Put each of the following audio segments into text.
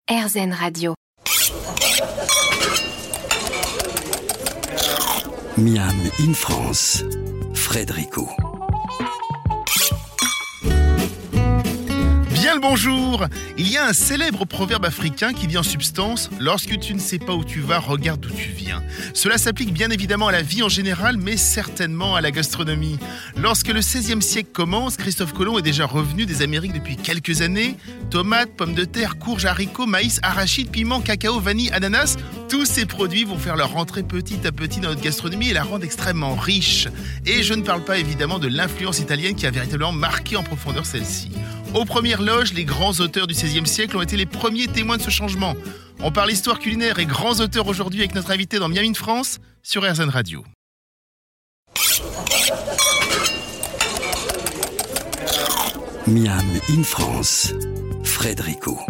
RZN Radio. Miam in France, Frédérico. Bien le bonjour. Il y a un célèbre proverbe africain qui dit en substance « Lorsque tu ne sais pas où tu vas, regarde d'où tu viens ». Cela s'applique bien évidemment à la vie en général, mais certainement à la gastronomie. Lorsque le XVIe siècle commence, Christophe Colomb est déjà revenu des Amériques depuis quelques années. Tomates, pommes de terre, courges, haricots, maïs, arachides, piments, cacao, vanille, ananas, tous ces produits vont faire leur entrée petit à petit dans notre gastronomie et la rendre extrêmement riche. Et je ne parle pas évidemment de l'influence italienne qui a véritablement marqué en profondeur celle-ci. Aux premières loges, les grands auteurs du XVIe siècle ont été les premiers témoins de ce changement. On parle histoire culinaire et grands auteurs aujourd'hui avec notre invité dans Miam in France sur RZN Radio. Miam in France, Frédérico.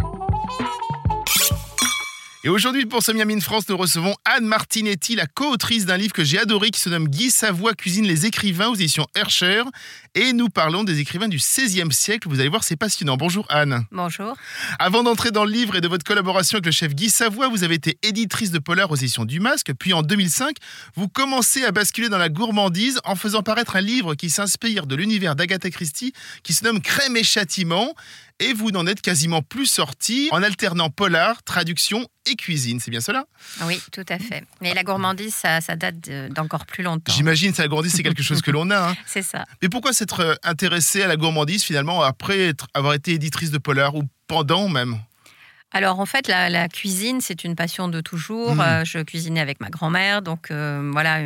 Et aujourd'hui, pour ce Miam in France, nous recevons Anne Martinetti, la co-autrice d'un livre que j'ai adoré qui se nomme Guy Savoy cuisine les écrivains aux éditions Hercher. Et nous parlons des écrivains du XVIe siècle. Vous allez voir, c'est passionnant. Bonjour Anne. Bonjour. Avant d'entrer dans le livre et de votre collaboration avec le chef Guy Savoy, vous avez été éditrice de polar aux éditions du Masque. Puis en 2005, vous commencez à basculer dans la gourmandise en faisant paraître un livre qui s'inspire de l'univers d'Agatha Christie qui se nomme Crème et Châtiment. Et vous n'en êtes quasiment plus sorti en alternant polar, traduction et cuisine. C'est bien cela ? Oui, tout à fait. Mais la gourmandise, ça date d'encore plus longtemps. J'imagine que la gourmandise, c'est quelque chose que l'on a. Hein. C'est ça. Mais pourquoi s'être intéressée à la gourmandise finalement après avoir été éditrice de polar ou pendant même ? Alors en fait, la cuisine, c'est une passion de toujours. Je cuisinais avec ma grand-mère, donc voilà,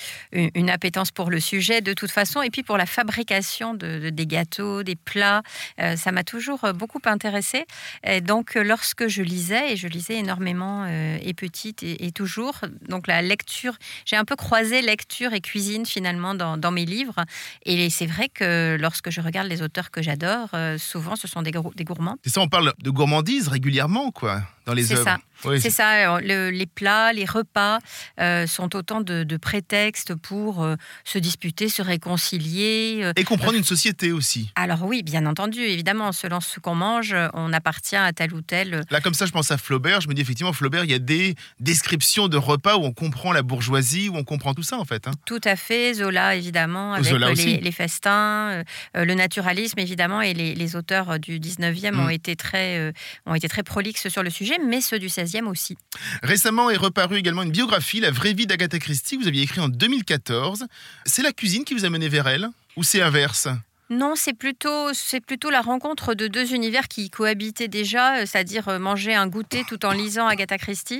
une appétence pour le sujet de toute façon. Et puis pour la fabrication des gâteaux, des plats, ça m'a toujours beaucoup intéressée. Et donc lorsque je lisais, et je lisais énormément et petite et toujours, donc la lecture, j'ai un peu croisé lecture et cuisine finalement dans mes livres. Et c'est vrai que lorsque je regarde les auteurs que j'adore, souvent ce sont des gourmands. C'est ça, on parle de gourmandise régulièrement. Quoi, dans les œuvres. Ça. Oui, c'est ça. Les plats, les repas sont autant de prétextes pour se disputer, se réconcilier. Et comprendre une société aussi. Alors oui, bien entendu, évidemment, selon ce qu'on mange, on appartient à tel ou tel. Là, comme ça, je pense à Flaubert. Je me dis effectivement, Flaubert, il y a des descriptions de repas où on comprend la bourgeoisie, où on comprend tout ça en fait. Hein. Tout à fait. Zola, évidemment, avec les festins, le naturalisme, évidemment, et les auteurs du 19e ont été très prolixes sur le sujet, mais ceux du 16e aussi. Récemment est reparue également une biographie, La vraie vie d'Agatha Christie, que vous aviez écrit en 2014. C'est la cuisine qui vous a mené vers elle ? Ou c'est inverse ? Non, c'est plutôt la rencontre de deux univers qui cohabitaient déjà, c'est-à-dire manger un goûter tout en lisant Agatha Christie.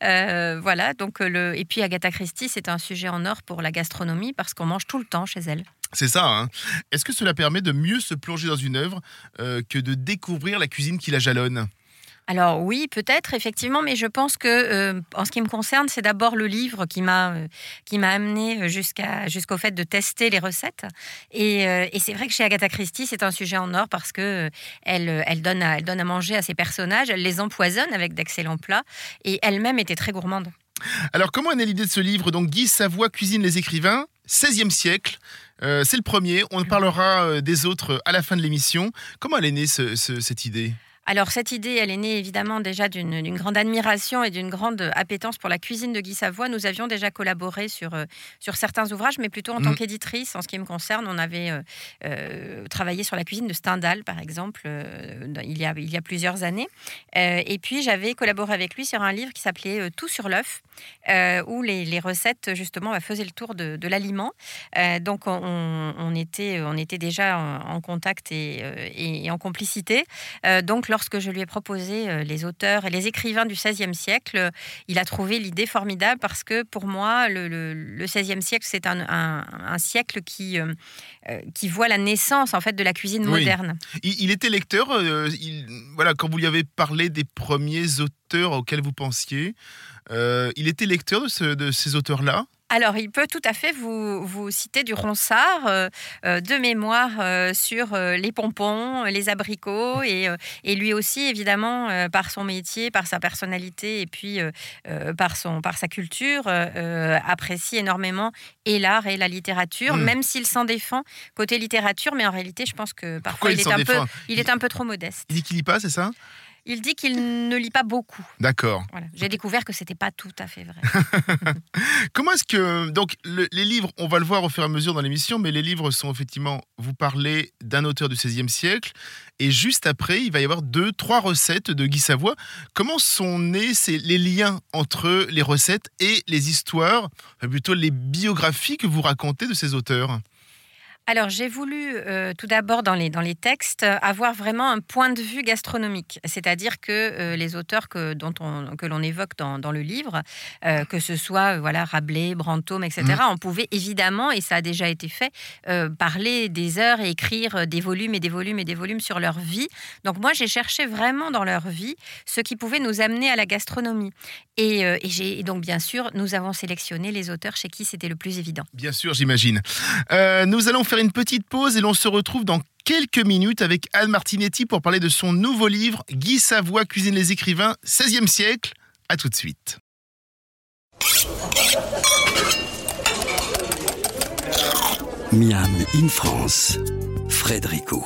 Voilà, donc et puis Agatha Christie, c'est un sujet en or pour la gastronomie parce qu'on mange tout le temps chez elle. C'est ça, hein. Est-ce que cela permet de mieux se plonger dans une œuvre que de découvrir la cuisine qui la jalonne ? Alors oui, peut-être, effectivement, mais je pense que, en ce qui me concerne, c'est d'abord le livre qui m'a amené jusqu'au fait de tester les recettes. Et c'est vrai que chez Agatha Christie, c'est un sujet en or parce que elle donne à manger à ses personnages, elle les empoisonne avec d'excellents plats, et elle-même était très gourmande. Alors, comment est née l'idée de ce livre ? Donc, Guy Savoy cuisine les écrivains, 16e siècle. C'est le premier. On parlera des autres à la fin de l'émission. Comment elle est née, cette idée ? Alors cette idée, elle est née évidemment déjà d'une grande admiration et d'une grande appétence pour la cuisine de Guy Savoy. Nous avions déjà collaboré sur certains ouvrages, mais plutôt en tant qu'éditrice. En ce qui me concerne, on avait travaillé sur la cuisine de Stendhal, par exemple, il y a plusieurs années. Et puis j'avais collaboré avec lui sur un livre qui s'appelait Tout sur l'œuf, où les recettes justement faisaient le tour de l'aliment. Donc on était déjà en contact et en complicité. Donc lorsque je lui ai proposé les auteurs et les écrivains du XVIe siècle, il a trouvé l'idée formidable parce que pour moi, le XVIe siècle, c'est un siècle qui voit la naissance en fait de la cuisine moderne. Il était lecteur. Voilà, quand vous lui avez parlé des premiers auteurs auxquels vous pensiez, il était lecteur de ces auteurs-là. Alors, il peut tout à fait vous citer du Ronsard, de mémoire sur les pompons, les abricots, et lui aussi, évidemment, par son métier, par sa personnalité et puis par sa culture, apprécie énormément et l'art et la littérature, même s'il s'en défend côté littérature, mais en réalité, je pense que parfois, il est un peu trop modeste. Il dit qu'il lit pas, c'est ça ? Il dit qu'il ne lit pas beaucoup. D'accord. Voilà. J'ai découvert que c'était pas tout à fait vrai. Comment est-ce que... Donc, les livres, on va le voir au fur et à mesure dans l'émission, mais les livres sont effectivement... Vous parlez d'un auteur du XVIe siècle, et juste après, il va y avoir 2-3 recettes de Guy Savoie. Comment sont nés les liens entre les recettes et les histoires, enfin plutôt les biographies que vous racontez de ces auteurs ? Alors, j'ai voulu tout d'abord dans les textes avoir vraiment un point de vue gastronomique, c'est-à-dire que les auteurs que l'on évoque dans le livre, que ce soit voilà Rabelais, Brantôme, etc., on pouvait évidemment, et ça a déjà été fait, parler des heures et écrire des volumes et des volumes et des volumes sur leur vie. Donc moi, j'ai cherché vraiment dans leur vie ce qui pouvait nous amener à la gastronomie. Et donc, bien sûr, nous avons sélectionné les auteurs chez qui c'était le plus évident. Bien sûr, j'imagine. Nous allons faire une petite pause et l'on se retrouve dans quelques minutes avec Anne Martinetti pour parler de son nouveau livre « Guy Savoie cuisine les écrivains, XVIe siècle ». À tout de suite. Miam in France, Frédérico.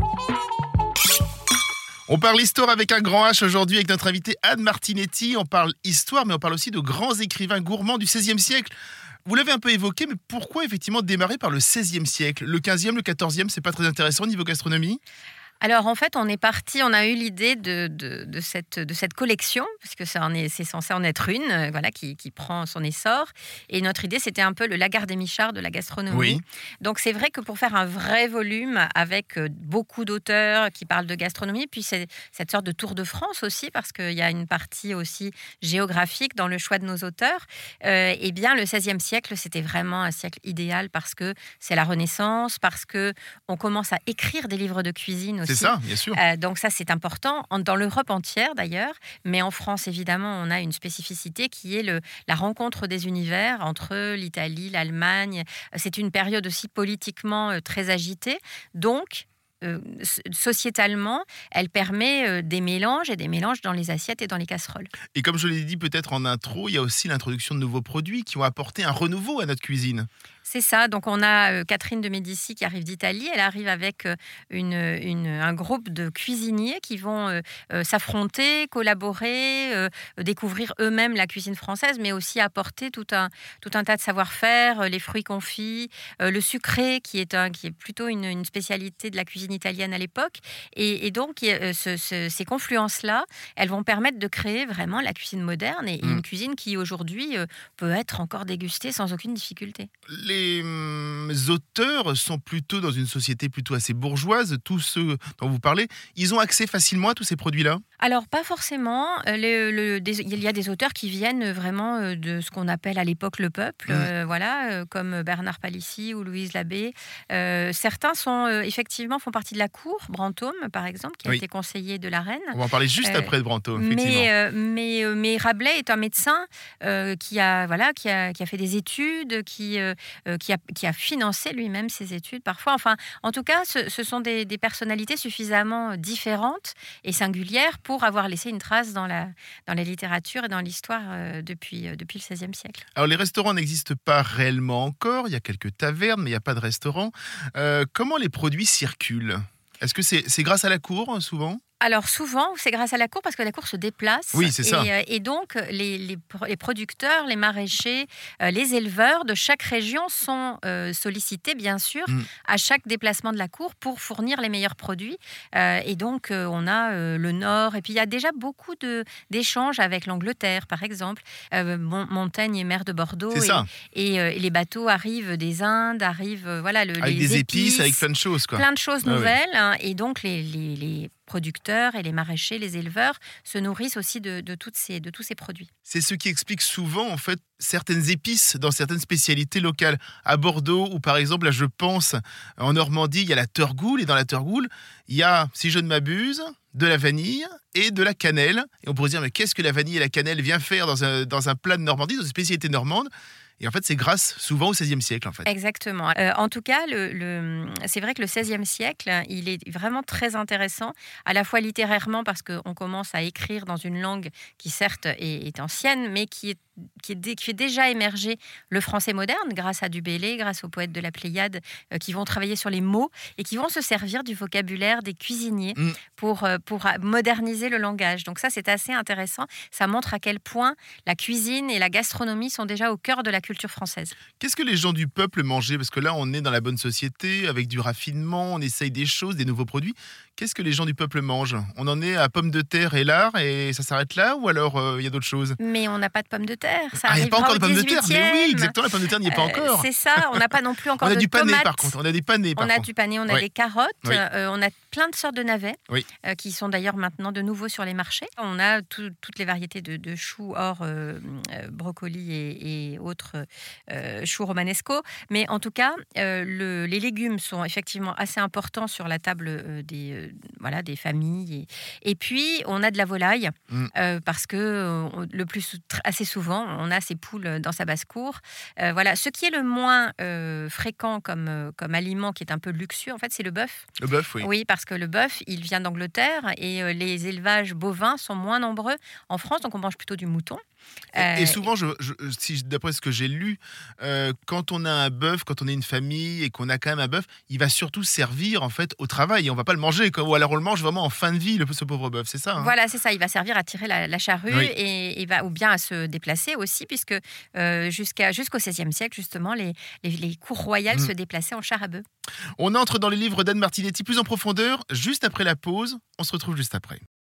On parle histoire avec un grand H aujourd'hui avec notre invitée Anne Martinetti. On parle histoire, mais on parle aussi de grands écrivains gourmands du XVIe siècle. Vous l'avez un peu évoqué, mais pourquoi effectivement démarrer par le XVIe siècle ? Le XVe, le XIVe, c'est pas très intéressant au niveau gastronomie ? Alors en fait, on a eu l'idée de cette collection, parce que c'est censé en être une, voilà, qui prend son essor. Et notre idée, c'était un peu le Lagarde-Michard de la gastronomie. Oui. Donc c'est vrai que pour faire un vrai volume avec beaucoup d'auteurs qui parlent de gastronomie, puis c'est cette sorte de tour de France aussi, parce qu'il y a une partie aussi géographique dans le choix de nos auteurs. Eh bien, le XVIe siècle, c'était vraiment un siècle idéal parce que c'est la Renaissance, parce que on commence à écrire des livres de cuisine aussi. C'est ça, bien sûr. Donc ça, c'est important, dans l'Europe entière d'ailleurs, mais en France, évidemment, on a une spécificité qui est la rencontre des univers entre l'Italie, l'Allemagne. C'est une période aussi politiquement très agitée, donc sociétalement, elle permet des mélanges et des mélanges dans les assiettes et dans les casseroles. Et comme je l'ai dit peut-être en intro, il y a aussi l'introduction de nouveaux produits qui ont apporté un renouveau à notre cuisine. C'est ça. Donc, on a Catherine de Médicis qui arrive d'Italie. Elle arrive avec un groupe de cuisiniers qui vont s'affronter, collaborer, découvrir eux-mêmes la cuisine française, mais aussi apporter tout un tas de savoir-faire, les fruits confits, le sucré, qui est plutôt une spécialité de la cuisine italienne à l'époque. Et donc, ces confluences-là, elles vont permettre de créer vraiment la cuisine moderne et une cuisine qui, aujourd'hui, peut être encore dégustée sans aucune difficulté. Les auteurs sont plutôt dans une société plutôt assez bourgeoise. Tous ceux dont vous parlez, ils ont accès facilement à tous ces produits-là ? Alors, pas forcément. Il y a des auteurs qui viennent vraiment de ce qu'on appelle à l'époque le peuple, comme Bernard Palissy ou Louise Labbé. Certains font partie de la cour, Brantôme, par exemple, qui a été conseiller de la reine. On va en parler juste après de Brantôme, effectivement. Mais Rabelais est un médecin qui a fait des études, qui a financé lui-même ses études parfois. Enfin, en tout cas, ce sont des personnalités suffisamment différentes et singulières pour avoir laissé une trace dans la littérature et dans l'histoire depuis le XVIe siècle. Alors, les restaurants n'existent pas réellement encore. Il y a quelques tavernes, mais il n'y a pas de restaurant. Comment les produits circulent ? Est-ce que c'est grâce à la cour, souvent ? Alors souvent, c'est grâce à la cour parce que la cour se déplace. Oui, c'est ça. Et donc, les producteurs, les maraîchers, les éleveurs de chaque région sont sollicités, bien sûr, à chaque déplacement de la cour pour fournir les meilleurs produits. Et donc, on a le Nord. Et puis, il y a déjà beaucoup d'échanges avec l'Angleterre, par exemple. Montaigne est maire de Bordeaux. C'est ça. Et les bateaux arrivent des Indes, arrivent... avec des épices, avec plein de choses, quoi. Plein de choses nouvelles. Oui. Et donc, les producteurs et les maraîchers, les éleveurs se nourrissent aussi de tous ces produits. C'est ce qui explique souvent en fait certaines épices dans certaines spécialités locales. À Bordeaux ou par exemple, là je pense en Normandie, il y a la Turgoule et dans la Turgoule, il y a, si je ne m'abuse, de la vanille et de la cannelle. Et on pourrait se dire mais qu'est-ce que la vanille et la cannelle viennent faire dans un plat de Normandie, dans une spécialité normande ? Et en fait, c'est grâce souvent au XVIe siècle, en fait. Exactement. En tout cas, c'est vrai que le XVIe siècle, il est vraiment très intéressant, à la fois littérairement, parce qu'on commence à écrire dans une langue qui, certes, est ancienne, mais qui est qui fait déjà émerger le français moderne grâce à Du Bellay, grâce aux poètes de la Pléiade qui vont travailler sur les mots et qui vont se servir du vocabulaire des cuisiniers pour moderniser le langage. Donc ça, c'est assez intéressant. Ça montre à quel point la cuisine et la gastronomie sont déjà au cœur de la culture française. Qu'est-ce que les gens du peuple mangeaient? Parce que là, on est dans la bonne société, avec du raffinement, on essaye des choses, des nouveaux produits. Qu'est-ce que les gens du peuple mangent? On en est à pommes de terre et lard et ça s'arrête là? Ou alors il y a d'autres choses? Mais on n'a pas de pommes de terre. Ça Il n'y a pas arrivera encore au de pommes de terre? Mais oui, 18e. exactement, la pomme de terre n'y est pas encore. C'est ça, on n'a pas non plus encore On a de du pané tomates. par contre. On a des panés par On a contre. du pané, on a Oui. des carottes, Oui. on a plein de sortes de navets Oui. qui sont d'ailleurs maintenant de nouveau sur les marchés. On a toutes les variétés de choux, brocoli et autres choux romanesco. Mais en tout cas, les légumes sont effectivement assez importants sur la table des familles. Et puis, on a de la volaille parce que assez souvent, on a ces poules dans sa basse-cour. Ce qui est le moins fréquent comme aliment, qui est un peu luxueux, en fait, c'est le bœuf. Le bœuf, oui. Oui, parce que le bœuf, il vient d'Angleterre et les élevages bovins sont moins nombreux en France, donc on mange plutôt du mouton. Et souvent, d'après ce que j'ai lu, quand on a un bœuf, quand on est une famille et qu'on a quand même un bœuf, il va surtout servir en fait au travail. Et on va pas le manger, ou alors on le mange vraiment en fin de vie, ce pauvre bœuf, c'est ça hein? Voilà, c'est ça. Il va servir à tirer la charrue ou bien à se déplacer aussi, puisque jusqu'au XVIe siècle, justement, les cours royales se déplaçaient en char à bœuf. On entre dans les livres d'Anne Martinetti plus en profondeur, juste après la pause. On se retrouve juste après.